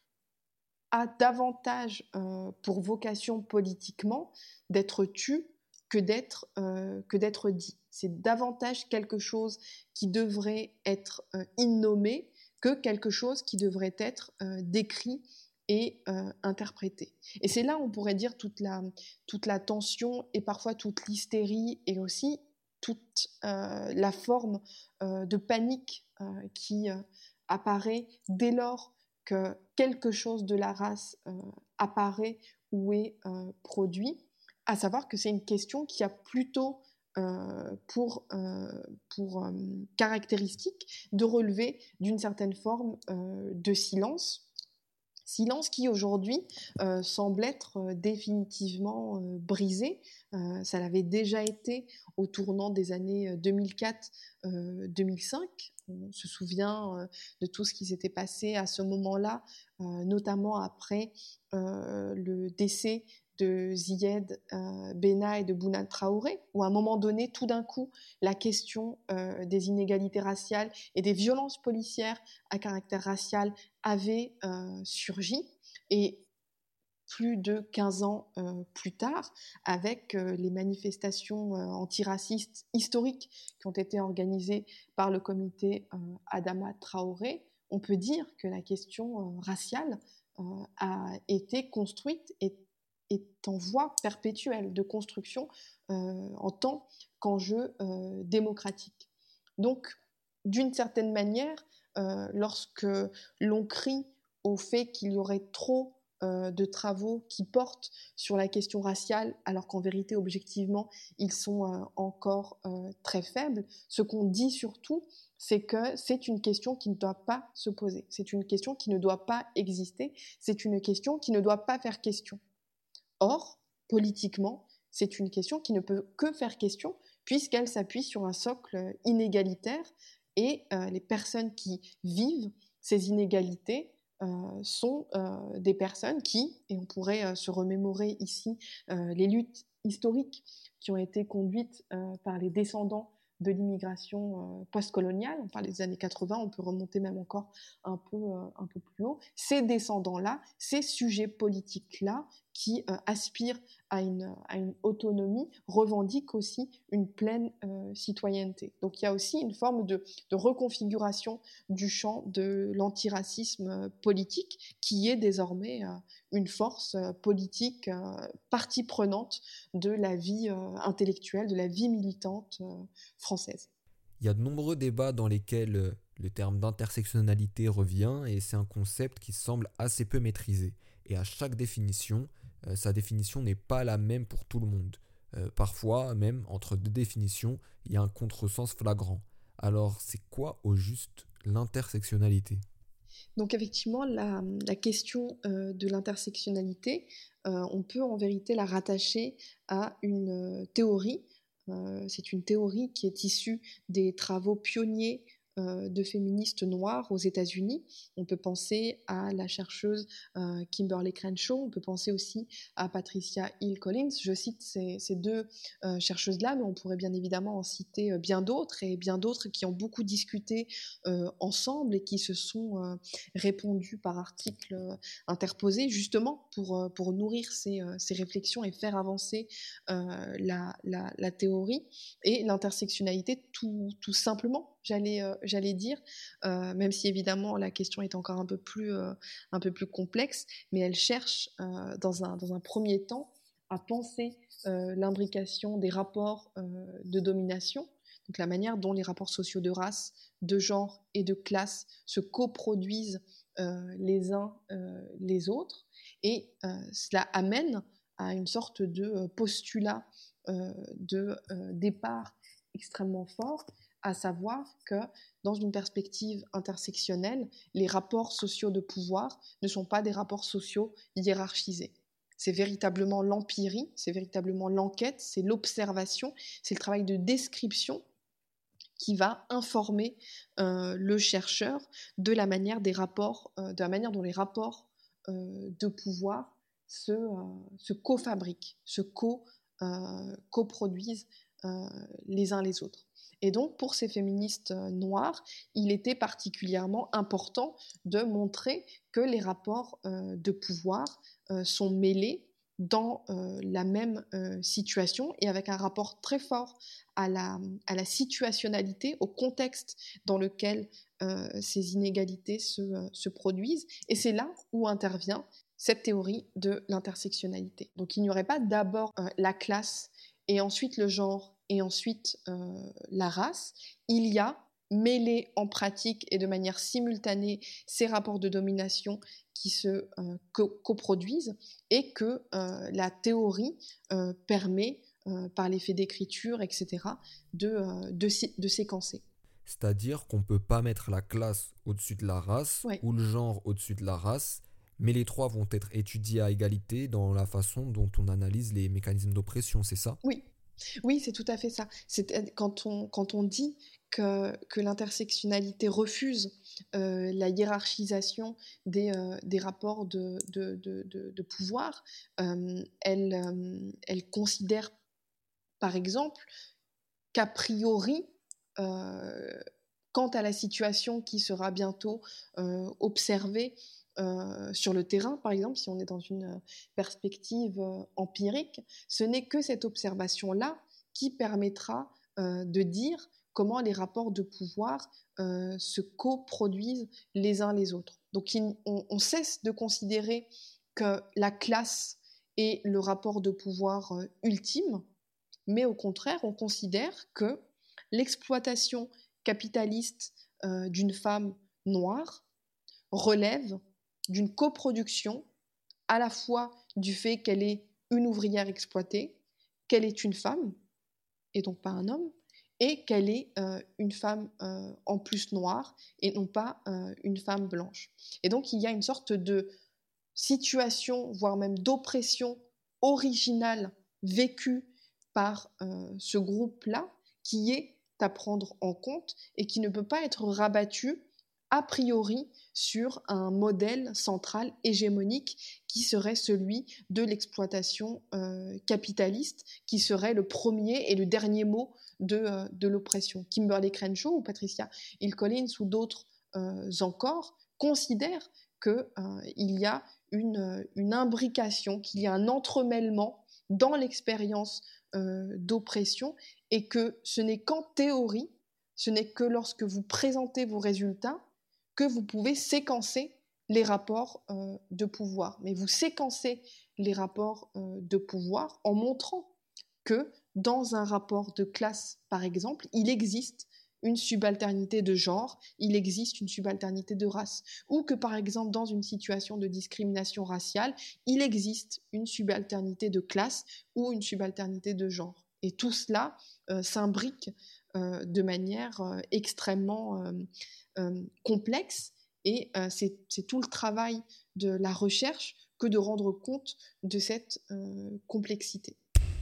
a davantage pour vocation politiquement d'être tu que d'être dit. C'est davantage quelque chose qui devrait être innommé que quelque chose qui devrait être décrit et interprété. Et c'est là, on pourrait dire, toute la tension et parfois toute l'hystérie et aussi toute la forme de panique qui apparaît dès lors que quelque chose de la race apparaît ou est produit, à savoir que c'est une question qui a plutôt pour caractéristique de relever d'une certaine forme de silence qui aujourd'hui semble être définitivement brisé. Ça l'avait déjà été au tournant des années 2004-2005. On se souvient de tout ce qui s'était passé à ce moment-là, notamment après le décès de Ziyed Benna et de Bouna Traoré, où à un moment donné, tout d'un coup, la question des inégalités raciales et des violences policières à caractère racial avait surgi. Et plus de 15 ans plus tard, avec les manifestations antiracistes historiques qui ont été organisées par le comité Adama Traoré, on peut dire que la question raciale a été construite et est en voie perpétuelle de construction en tant qu'enjeu démocratique. Donc, d'une certaine manière, lorsque l'on crie au fait qu'il y aurait trop de travaux qui portent sur la question raciale, alors qu'en vérité, objectivement, ils sont encore très faibles, ce qu'on dit surtout, c'est que c'est une question qui ne doit pas se poser, c'est une question qui ne doit pas exister, c'est une question qui ne doit pas faire question. Or, politiquement, c'est une question qui ne peut que faire question puisqu'elle s'appuie sur un socle inégalitaire et les personnes qui vivent ces inégalités sont des personnes qui, et on pourrait se remémorer ici les luttes historiques qui ont été conduites par les descendants de l'immigration postcoloniale, on parle des années 80, on peut remonter même encore un peu plus haut, ces descendants-là, ces sujets politiques-là qui aspirent à une autonomie, revendiquent aussi une pleine citoyenneté. Donc il y a aussi une forme de reconfiguration du champ de l'antiracisme politique qui est désormais une force politique partie prenante de la vie intellectuelle, de la vie militante française. Il y a de nombreux débats dans lesquels le terme d'intersectionnalité revient et c'est un concept qui semble assez peu maîtrisé. Et à chaque définition, sa définition n'est pas la même pour tout le monde. Parfois, même, entre deux définitions, il y a un contresens flagrant. Alors, c'est quoi au juste l'intersectionnalité ? Donc effectivement, la question de l'intersectionnalité, on peut en vérité la rattacher à une théorie. C'est une théorie qui est issue des travaux pionniers de féministes noires aux États-Unis. On peut penser à la chercheuse Kimberly Crenshaw, on peut penser aussi à Patricia Hill Collins. Je cite ces deux chercheuses-là, mais on pourrait bien évidemment en citer bien d'autres, et bien d'autres qui ont beaucoup discuté ensemble et qui se sont répondus par articles interposés, justement pour nourrir ces réflexions et faire avancer la théorie et l'intersectionnalité tout simplement. J'allais dire, même si évidemment la question est encore un peu plus complexe, mais elle cherche dans un premier temps à penser l'imbrication des rapports de domination, donc la manière dont les rapports sociaux de race, de genre et de classe se coproduisent les uns les autres, et cela amène à une sorte de postulat de départ extrêmement fort, à savoir que dans une perspective intersectionnelle, les rapports sociaux de pouvoir ne sont pas des rapports sociaux hiérarchisés. C'est véritablement l'empirie, c'est véritablement l'enquête, c'est l'observation, c'est le travail de description qui va informer le chercheur de la manière dont les rapports de pouvoir se cofabriquent, se coproduisent les uns les autres. Et donc, pour ces féministes noires, il était particulièrement important de montrer que les rapports de pouvoir sont mêlés dans la même situation et avec un rapport très fort à la situationnalité, au contexte dans lequel ces inégalités se produisent. Et c'est là où intervient cette théorie de l'intersectionnalité. Donc il n'y aurait pas d'abord la classe et ensuite le genre et ensuite la race. Il y a mêlés en pratique et de manière simultanée ces rapports de domination qui se coproduisent et que la théorie permet, par l'effet d'écriture, etc., de séquencer. C'est-à-dire qu'on ne peut pas mettre la classe au-dessus de la race ou le genre au-dessus de la race, mais les trois vont être étudiés à égalité dans la façon dont on analyse les mécanismes d'oppression, c'est ça ? Oui, c'est tout à fait ça. Quand on dit que l'intersectionnalité refuse la hiérarchisation des rapports de pouvoir, elle considère, par exemple, qu'a priori, quant à la situation qui sera bientôt observée sur le terrain, par exemple, si on est dans une perspective empirique, ce n'est que cette observation-là qui permettra de dire comment les rapports de pouvoir se coproduisent les uns les autres. Donc on cesse de considérer que la classe est le rapport de pouvoir ultime, mais au contraire, on considère que l'exploitation capitaliste d'une femme noire relève d'une coproduction à la fois du fait qu'elle est une ouvrière exploitée, qu'elle est une femme, et donc pas un homme, et qu'elle est une femme en plus noire et non pas une femme blanche. Et donc il y a une sorte de situation, voire même d'oppression originale vécue par ce groupe-là, qui est à prendre en compte et qui ne peut pas être rabattu a priori sur un modèle central hégémonique qui serait celui de l'exploitation capitaliste, qui serait le premier et le dernier mot de l'oppression. Kimberlé Crenshaw ou Patricia Hill Collins ou d'autres encore considèrent qu'il y a une imbrication, qu'il y a un entremêlement dans l'expérience d'oppression et que ce n'est qu'en théorie, ce n'est que lorsque vous présentez vos résultats que vous pouvez séquencer les rapports de pouvoir. Mais vous séquencez les rapports de pouvoir en montrant que dans un rapport de classe, par exemple, il existe une subalternité de genre, il existe une subalternité de race, ou que par exemple dans une situation de discrimination raciale, il existe une subalternité de classe ou une subalternité de genre. Et tout cela s'imbrique de manière extrêmement complexe et c'est tout le travail de la recherche que de rendre compte de cette complexité.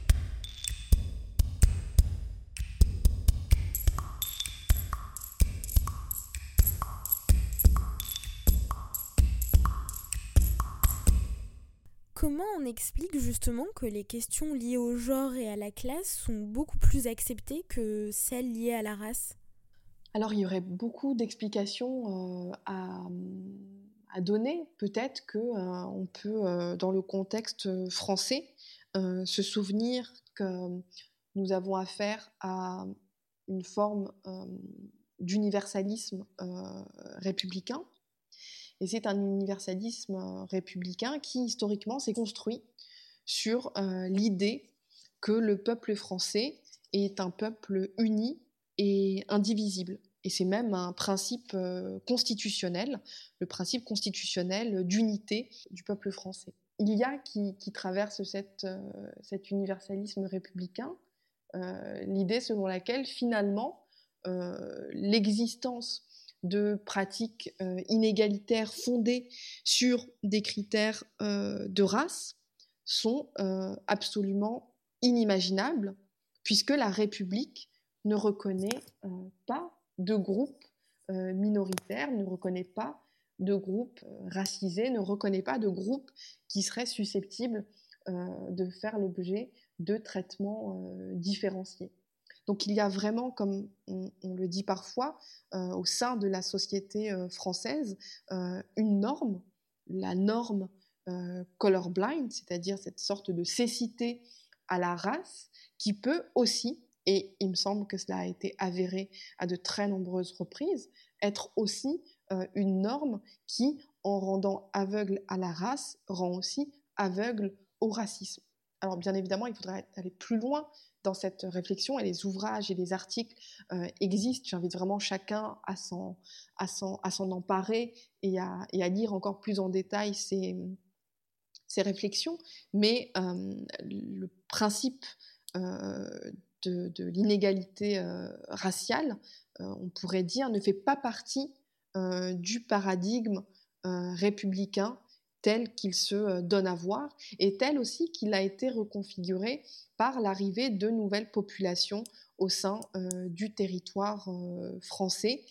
Comment on explique justement que les questions liées au genre et à la classe sont beaucoup plus acceptées que celles liées à la race ? Alors, il y aurait beaucoup d'explications à donner. Peut-être qu'on peut, dans le contexte français, se souvenir que nous avons affaire à une forme d'universalisme républicain. Et c'est un universalisme républicain qui, historiquement, s'est construit sur l'idée que le peuple français est un peuple uni et indivisible. Et c'est même un principe constitutionnel, le principe constitutionnel d'unité du peuple français. Il y a qui traverse cet universalisme républicain, l'idée selon laquelle, finalement, l'existence de pratiques inégalitaires fondées sur des critères de race sont absolument inimaginables, puisque la République ne reconnaît pas de groupe minoritaire, ne reconnaît pas de groupe racisé, ne reconnaît pas de groupe qui serait susceptible de faire l'objet de traitements différenciés. Donc il y a vraiment, comme on le dit parfois, au sein de la société française, une norme, la norme colorblind, c'est-à-dire cette sorte de cécité à la race, qui peut aussi, et il me semble que cela a été avéré à de très nombreuses reprises, être aussi une norme qui, en rendant aveugle à la race, rend aussi aveugle au racisme. Alors bien évidemment, il faudrait aller plus loin dans cette réflexion, et les ouvrages et les articles existent. J'invite vraiment chacun à s'en emparer et à lire encore plus en détail ces réflexions. Mais le principe de l'inégalité raciale, on pourrait dire, ne fait pas partie du paradigme républicain tel qu'il se donne à voir, et tel aussi qu'il a été reconfiguré par l'arrivée de nouvelles populations au sein du territoire français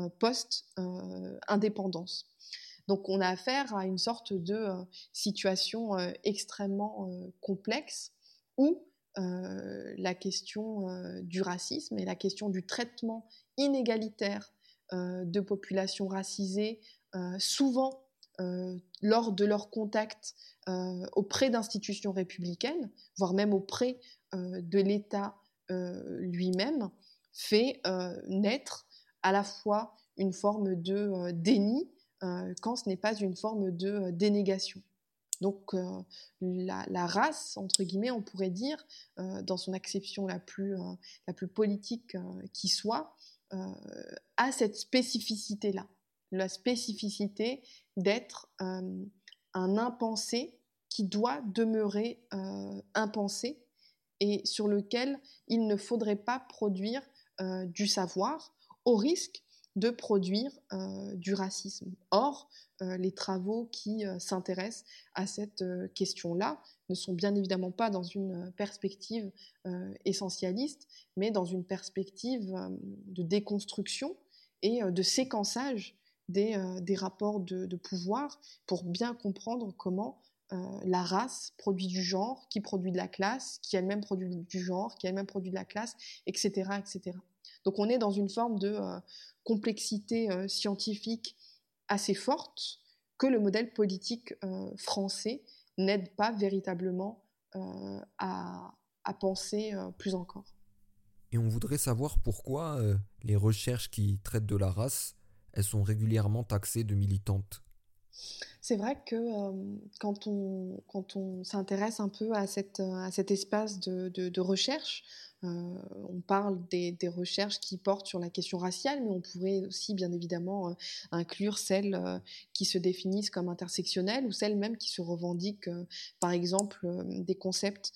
post-indépendance. Donc on a affaire à une sorte de situation extrêmement complexe où la question du racisme et la question du traitement inégalitaire de populations racisées, souvent lors de leur contact auprès d'institutions républicaines, voire même auprès de l'État lui-même, fait naître à la fois une forme de déni quand ce n'est pas une forme de dénégation. Donc la race, entre guillemets, on pourrait dire, dans son acception la plus politique qui soit, a cette spécificité-là. La spécificité d'être un impensé qui doit demeurer impensé et sur lequel il ne faudrait pas produire du savoir au risque de produire du racisme. Or, les travaux qui s'intéressent à cette question-là ne sont bien évidemment pas dans une perspective essentialiste, mais dans une perspective de déconstruction et de séquençage des rapports de pouvoir pour bien comprendre comment la race produit du genre, qui produit de la classe, qui elle-même produit du genre, qui elle-même produit de la classe, etc., etc. Donc on est dans une forme de complexité scientifique assez forte que le modèle politique français n'aide pas véritablement à penser plus encore. Et on voudrait savoir pourquoi les recherches qui traitent de la race, elles sont régulièrement taxées de militantes. C'est vrai que quand on s'intéresse un peu à cet espace de recherche, on parle des recherches qui portent sur la question raciale, mais on pourrait aussi bien évidemment inclure celles qui se définissent comme intersectionnelles ou celles même qui se revendiquent, par exemple, des concepts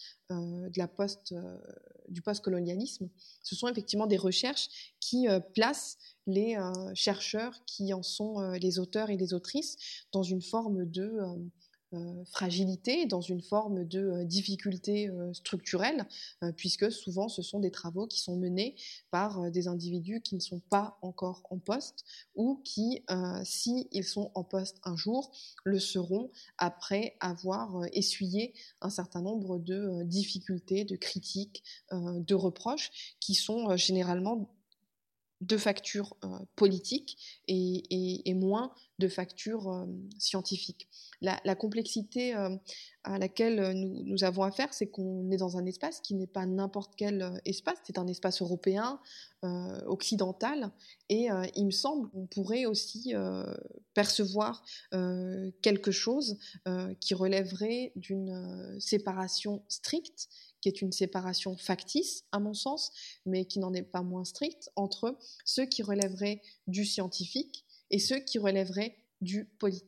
du post-colonialisme. Ce sont effectivement des recherches qui placent les chercheurs qui en sont les auteurs et les autrices dans une forme de fragilité, dans une forme de difficulté structurelle, puisque souvent ce sont des travaux qui sont menés par des individus qui ne sont pas encore en poste ou qui, s'ils sont en poste un jour, le seront après avoir essuyé un certain nombre de difficultés, de critiques, de reproches qui sont généralement de facture politique et moins de facture scientifique. La complexité à laquelle nous avons affaire, c'est qu'on est dans un espace qui n'est pas n'importe quel espace, c'est un espace européen, occidental, et il me semble qu'on pourrait aussi percevoir quelque chose qui relèverait d'une séparation stricte, qui est une séparation factice, à mon sens, mais qui n'en est pas moins stricte, entre ceux qui relèveraient du scientifique et ceux qui relèveraient du politique.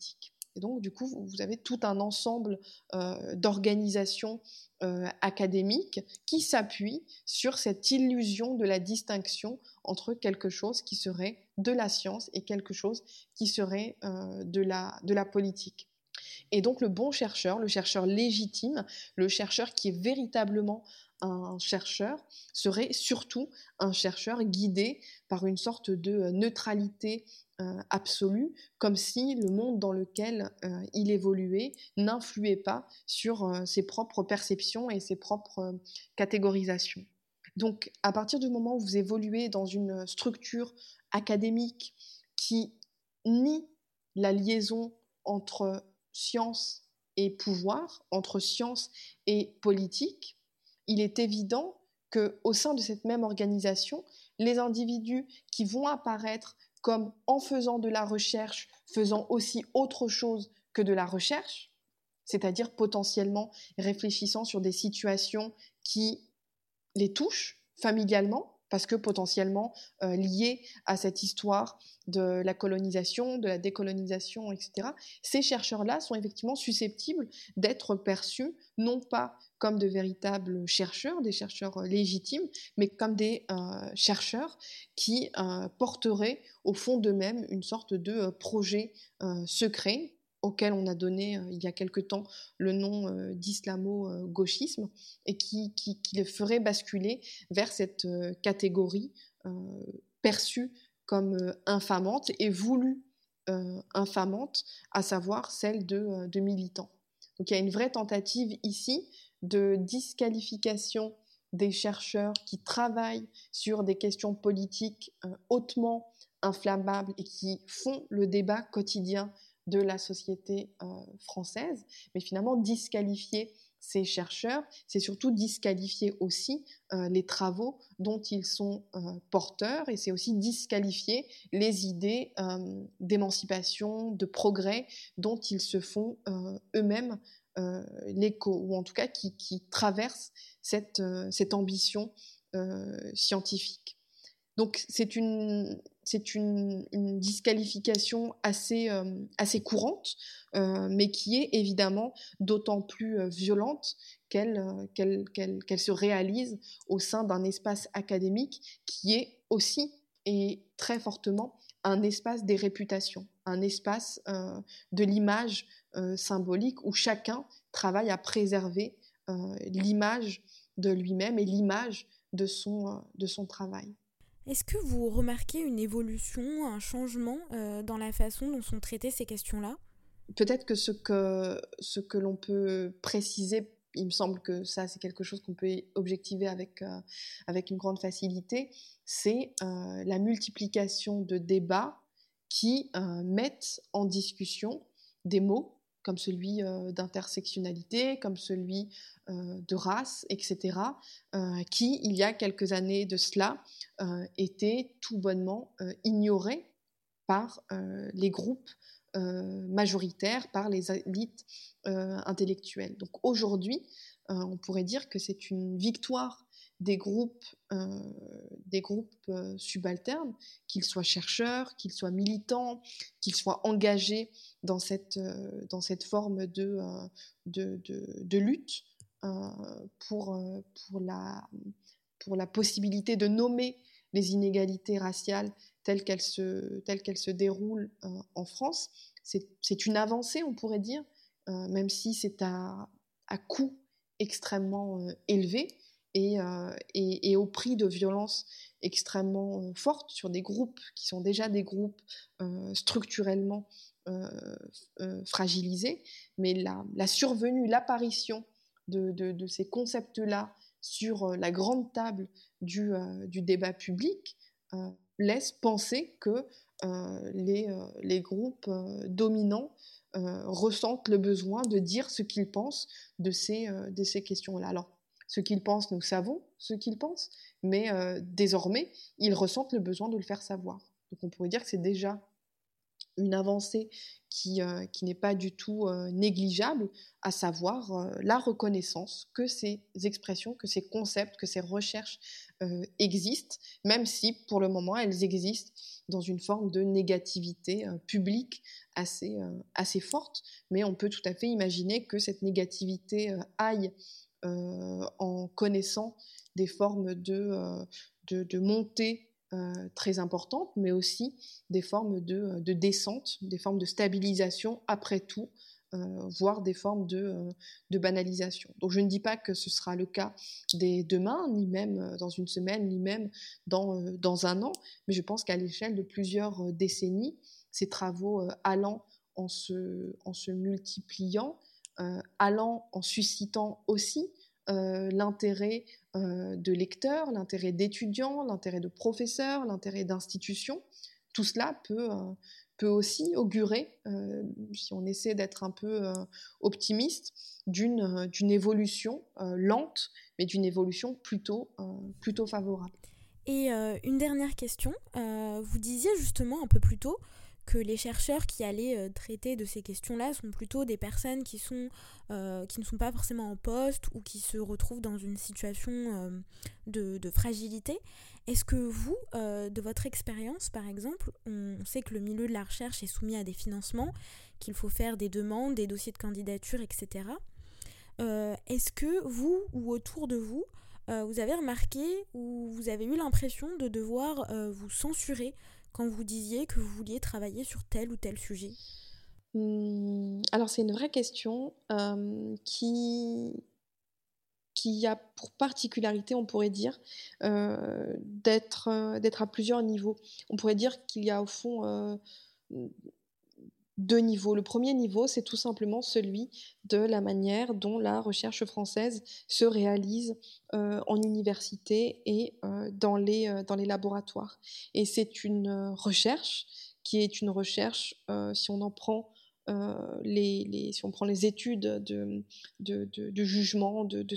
Et donc, du coup, vous avez tout un ensemble d'organisations académiques qui s'appuient sur cette illusion de la distinction entre quelque chose qui serait de la science et quelque chose qui serait de la politique. Et donc, le bon chercheur, le chercheur légitime, le chercheur qui est véritablement un chercheur, serait surtout un chercheur guidé par une sorte de neutralité absolue, comme si le monde dans lequel il évoluait n'influait pas sur ses propres perceptions et ses propres catégorisations. Donc, à partir du moment où vous évoluez dans une structure académique qui nie la liaison entre science et pouvoir, entre science et politique, il est évident qu'au sein de cette même organisation, les individus qui vont apparaître comme en faisant de la recherche, faisant aussi autre chose que de la recherche, c'est-à-dire potentiellement réfléchissant sur des situations qui les touchent familialement, parce que potentiellement liées à cette histoire de la colonisation, de la décolonisation, etc. Ces chercheurs-là sont effectivement susceptibles d'être perçus non pas comme de véritables chercheurs, des chercheurs légitimes, mais comme des chercheurs qui porteraient au fond d'eux-mêmes une sorte de projet secret auquel on a donné il y a quelque temps le nom d'islamo-gauchisme et qui les ferait basculer vers cette catégorie perçue comme infamante et voulue infamante, à savoir celle de militants. Donc il y a une vraie tentative ici de disqualification des chercheurs qui travaillent sur des questions politiques hautement inflammables et qui font le débat quotidien de la société française, mais finalement disqualifier ces chercheurs, c'est surtout disqualifier aussi les travaux dont ils sont porteurs, et c'est aussi disqualifier les idées d'émancipation, de progrès dont ils se font eux-mêmes l'écho, ou en tout cas qui traversent cette ambition scientifique. Donc c'est une disqualification assez courante, mais qui est évidemment d'autant plus violente qu'elle se réalise au sein d'un espace académique qui est aussi et très fortement un espace des réputations, un espace de l'image symbolique où chacun travaille à préserver l'image de lui-même et l'image de son travail. Est-ce que vous remarquez une évolution, un changement dans la façon dont sont traitées ces questions-là ? Peut-être que ce que l'on peut préciser, il me semble que ça c'est quelque chose qu'on peut objectiver avec une grande facilité, c'est la multiplication de débats qui mettent en discussion des mots comme celui d'intersectionnalité, comme celui de race, etc., qui, il y a quelques années de cela, étaient tout bonnement ignorés par les groupes majoritaires, par les élites intellectuelles. Donc aujourd'hui, on pourrait dire que c'est une victoire des groupes subalternes, qu'ils soient chercheurs, qu'ils soient militants, qu'ils soient engagés dans cette forme de lutte pour la possibilité de nommer les inégalités raciales telles qu'elles se déroulent en France. C'est une avancée, on pourrait dire, même si c'est à coût extrêmement élevé et au prix de violences extrêmement fortes sur des groupes qui sont déjà des groupes structurellement fragilisés. Mais la survenue, l'apparition de ces concepts-là sur la grande table du débat public laisse penser que les groupes dominants ressentent le besoin de dire ce qu'ils pensent de ces questions-là. Alors, ce qu'ils pensent, nous savons ce qu'ils pensent, mais désormais, ils ressentent le besoin de le faire savoir. Donc on pourrait dire que c'est déjà une avancée qui n'est pas du tout négligeable, à savoir la reconnaissance que ces expressions, que ces concepts, que ces recherches existent, même si pour le moment elles existent dans une forme de négativité publique assez forte. Mais on peut tout à fait imaginer que cette négativité aille en connaissant des formes de montée très importantes, mais aussi des formes de descente, des formes de stabilisation après tout, voire des formes de banalisation. Donc je ne dis pas que ce sera le cas dès demain, ni même dans une semaine, ni même dans un an, mais je pense qu'à l'échelle de plusieurs décennies, ces travaux allant en se multipliant, allant en suscitant aussi l'intérêt de lecteurs, l'intérêt d'étudiants, l'intérêt de professeurs, l'intérêt d'institutions. Tout cela peut aussi augurer, si on essaie d'être un peu optimiste, d'une évolution lente, mais d'une évolution plutôt favorable. Et une dernière question. Vous disiez justement un peu plus tôt que les chercheurs qui allaient traiter de ces questions-là sont plutôt des personnes qui ne sont pas forcément en poste ou qui se retrouvent dans une situation de fragilité. Est-ce que vous, de votre expérience par exemple, on sait que le milieu de la recherche est soumis à des financements, qu'il faut faire des demandes, des dossiers de candidature, etc. Est-ce que vous ou autour de vous, vous avez remarqué ou vous avez eu l'impression de devoir vous censurer quand vous disiez que vous vouliez travailler sur tel ou tel sujet ? Alors c'est une vraie question qui a pour particularité, on pourrait dire, d'être à plusieurs niveaux. On pourrait dire qu'il y a au fond deux niveaux. Le premier niveau, c'est tout simplement celui de la manière dont la recherche française se réalise en université et dans les laboratoires. Et c'est une recherche qui est une recherche, si on en prend si on prend les études de jugement de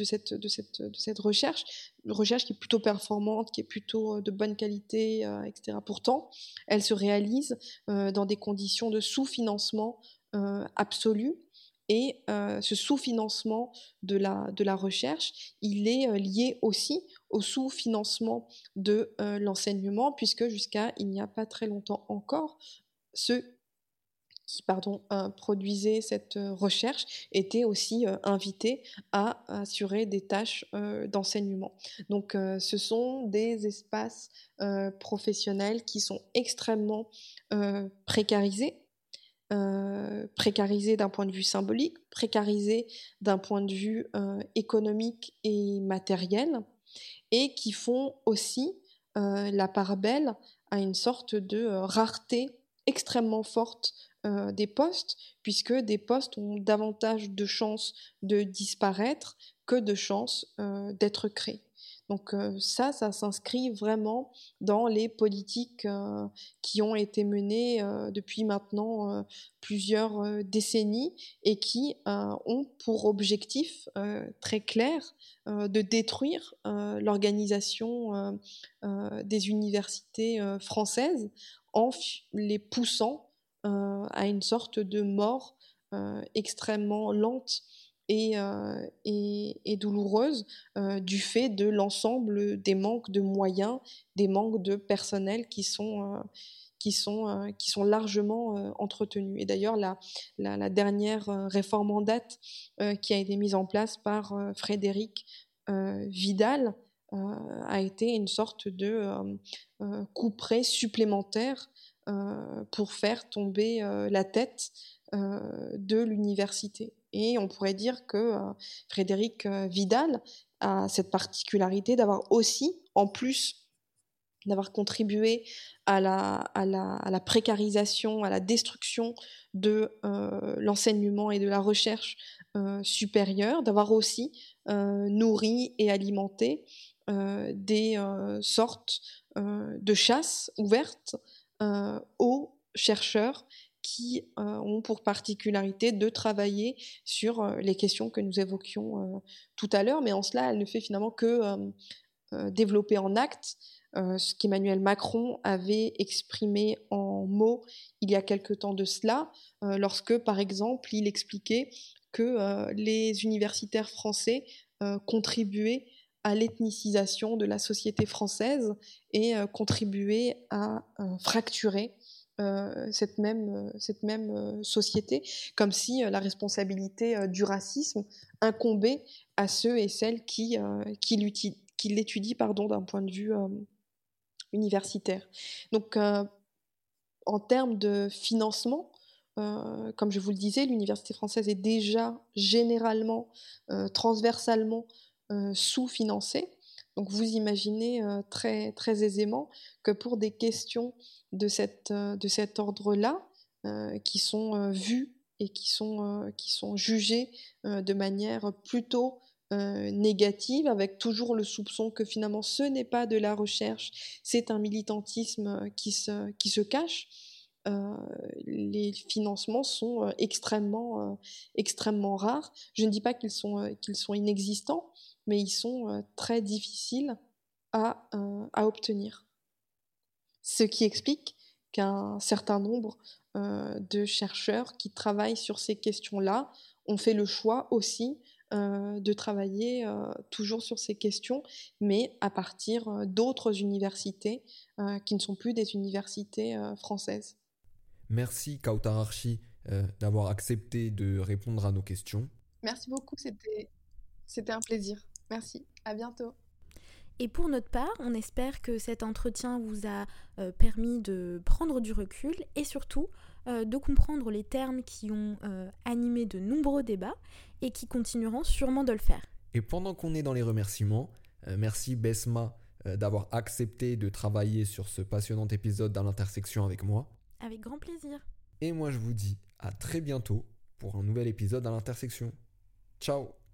cette recherche, une recherche qui est plutôt performante, qui est plutôt de bonne qualité, etc. Pourtant, elle se réalise dans des conditions de sous-financement absolu. Et ce sous-financement de la recherche, il est lié aussi au sous-financement de l'enseignement, puisque jusqu'à il n'y a pas très longtemps encore, ceux qui produisaient cette recherche étaient aussi invités à assurer des tâches d'enseignement. Donc ce sont des espaces professionnels qui sont extrêmement précarisés. Précarisés d'un point de vue symbolique, précarisés d'un point de vue économique et matériel, et qui font aussi la part belle à une sorte de rareté extrêmement forte des postes, puisque des postes ont davantage de chances de disparaître que de chances d'être créés. Donc ça s'inscrit vraiment dans les politiques qui ont été menées depuis maintenant plusieurs décennies et qui ont pour objectif très clair de détruire l'organisation des universités françaises en les poussant à une sorte de mort extrêmement lente et douloureuse du fait de l'ensemble des manques de moyens, des manques de personnel qui sont largement entretenus. Et d'ailleurs, la dernière réforme en date qui a été mise en place par Frédéric Vidal a été une sorte de couperet supplémentaire pour faire tomber la tête de l'université. Et on pourrait dire que Frédéric Vidal a cette particularité d'avoir aussi, en plus d'avoir contribué à la précarisation, à la destruction de l'enseignement et de la recherche supérieure, d'avoir aussi nourri et alimenté des sortes de chasse ouvertes aux chercheurs qui ont pour particularité de travailler sur les questions que nous évoquions tout à l'heure, mais en cela, elle ne fait finalement que développer en actes ce qu'Emmanuel Macron avait exprimé en mots il y a quelque temps de cela, lorsque, par exemple, il expliquait que les universitaires français contribuaient à l'ethnicisation de la société française et contribuaient à fracturer cette même société, comme si la responsabilité du racisme incombait à ceux et celles qui l'étudient d'un point de vue universitaire. Donc, en termes de financement, comme je vous le disais, l'université française est déjà généralement, transversalement sous-financée. Donc vous imaginez très, très aisément que pour des questions de cet ordre-là, qui sont vues et qui sont jugées de manière plutôt négative, avec toujours le soupçon que finalement ce n'est pas de la recherche, c'est un militantisme qui se cache. Les financements sont extrêmement rares. Je ne dis pas qu'ils sont inexistants, mais ils sont très difficiles à obtenir. Ce qui explique qu'un certain nombre de chercheurs qui travaillent sur ces questions-là ont fait le choix aussi de travailler toujours sur ces questions, mais à partir d'autres universités qui ne sont plus des universités françaises. Merci Kautar Archi d'avoir accepté de répondre à nos questions. Merci beaucoup, c'était un plaisir. Merci, à bientôt. Et pour notre part, on espère que cet entretien vous a permis de prendre du recul et surtout de comprendre les termes qui ont animé de nombreux débats et qui continueront sûrement de le faire. Et pendant qu'on est dans les remerciements, merci Besma d'avoir accepté de travailler sur ce passionnant épisode dans l'intersection avec moi. Avec grand plaisir. Et moi je vous dis à très bientôt pour un nouvel épisode à l'intersection. Ciao.